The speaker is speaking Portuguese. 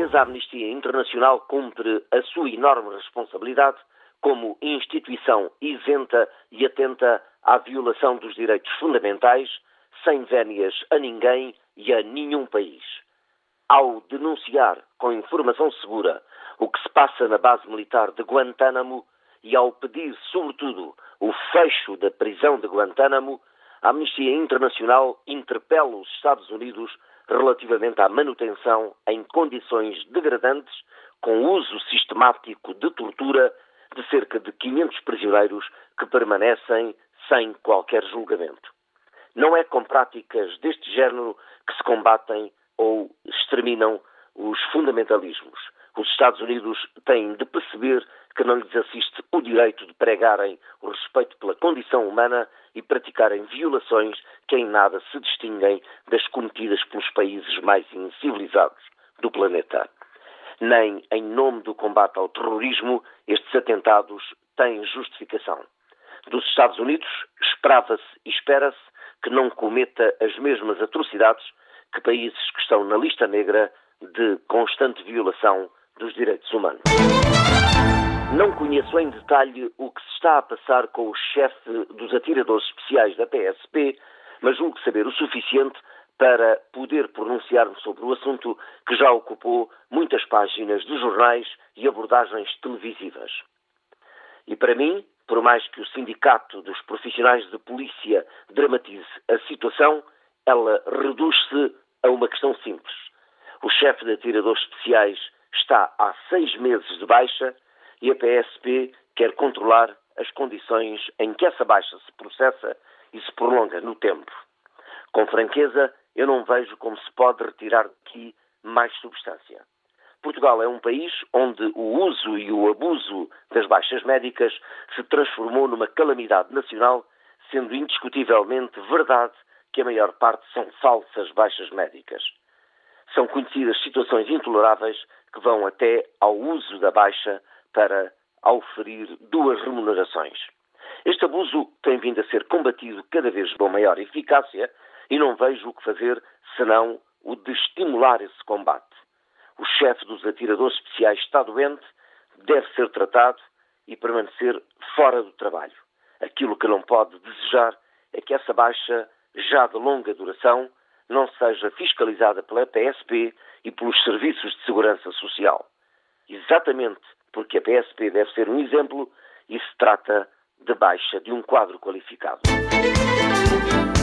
vez, a Amnistia Internacional cumpre a sua enorme responsabilidade como instituição isenta e atenta à violação dos direitos fundamentais, sem vénias a ninguém e a nenhum país. Ao denunciar com informação segura o que se passa na base militar de Guantánamo e ao pedir, sobretudo, o fecho da prisão de Guantánamo, a Amnistia Internacional interpela os Estados Unidos relativamente à manutenção em condições degradantes, com uso sistemático de tortura, de cerca de 500 prisioneiros que permanecem sem qualquer julgamento. Não é com práticas deste género que se combatem ou exterminam os fundamentalismos. Os Estados Unidos têm de perceber que não lhes assiste o direito de pregarem o respeito pela condição humana e praticarem violações que em nada se distinguem das cometidas pelos países mais incivilizados do planeta. Nem em nome do combate ao terrorismo estes atentados têm justificação. Dos Estados Unidos esperava-se e espera-se que não cometa as mesmas atrocidades que países que estão na lista negra de constante violação dos direitos humanos. Não conheço em detalhe o que se está a passar com o chefe dos atiradores especiais da PSP, mas julgo saber o suficiente para poder pronunciar-me sobre o assunto que já ocupou muitas páginas de jornais e abordagens televisivas. E para mim, por mais que o Sindicato dos Profissionais de Polícia dramatize a situação, ela reduz-se a uma questão simples. O chefe de atiradores especiais está há 6 meses de baixa e a PSP quer controlar as condições em que essa baixa se processa e se prolonga no tempo. Com franqueza, eu não vejo como se pode retirar daqui mais substância. Portugal é um país onde o uso e o abuso das baixas médicas se transformou numa calamidade nacional, sendo indiscutivelmente verdade que a maior parte são falsas baixas médicas. São conhecidas situações intoleráveis que vão até ao uso da baixa para auferir 2 remunerações. Este abuso tem vindo a ser combatido cada vez com maior eficácia e não vejo o que fazer senão o de estimular esse combate. O chefe dos atiradores especiais está doente, deve ser tratado e permanecer fora do trabalho. Aquilo que não pode desejar é que essa baixa, já de longa duração, não seja fiscalizada pela PSP e pelos serviços de segurança social. Exatamente porque a PSP deve ser um exemplo e se trata de baixa de um quadro qualificado.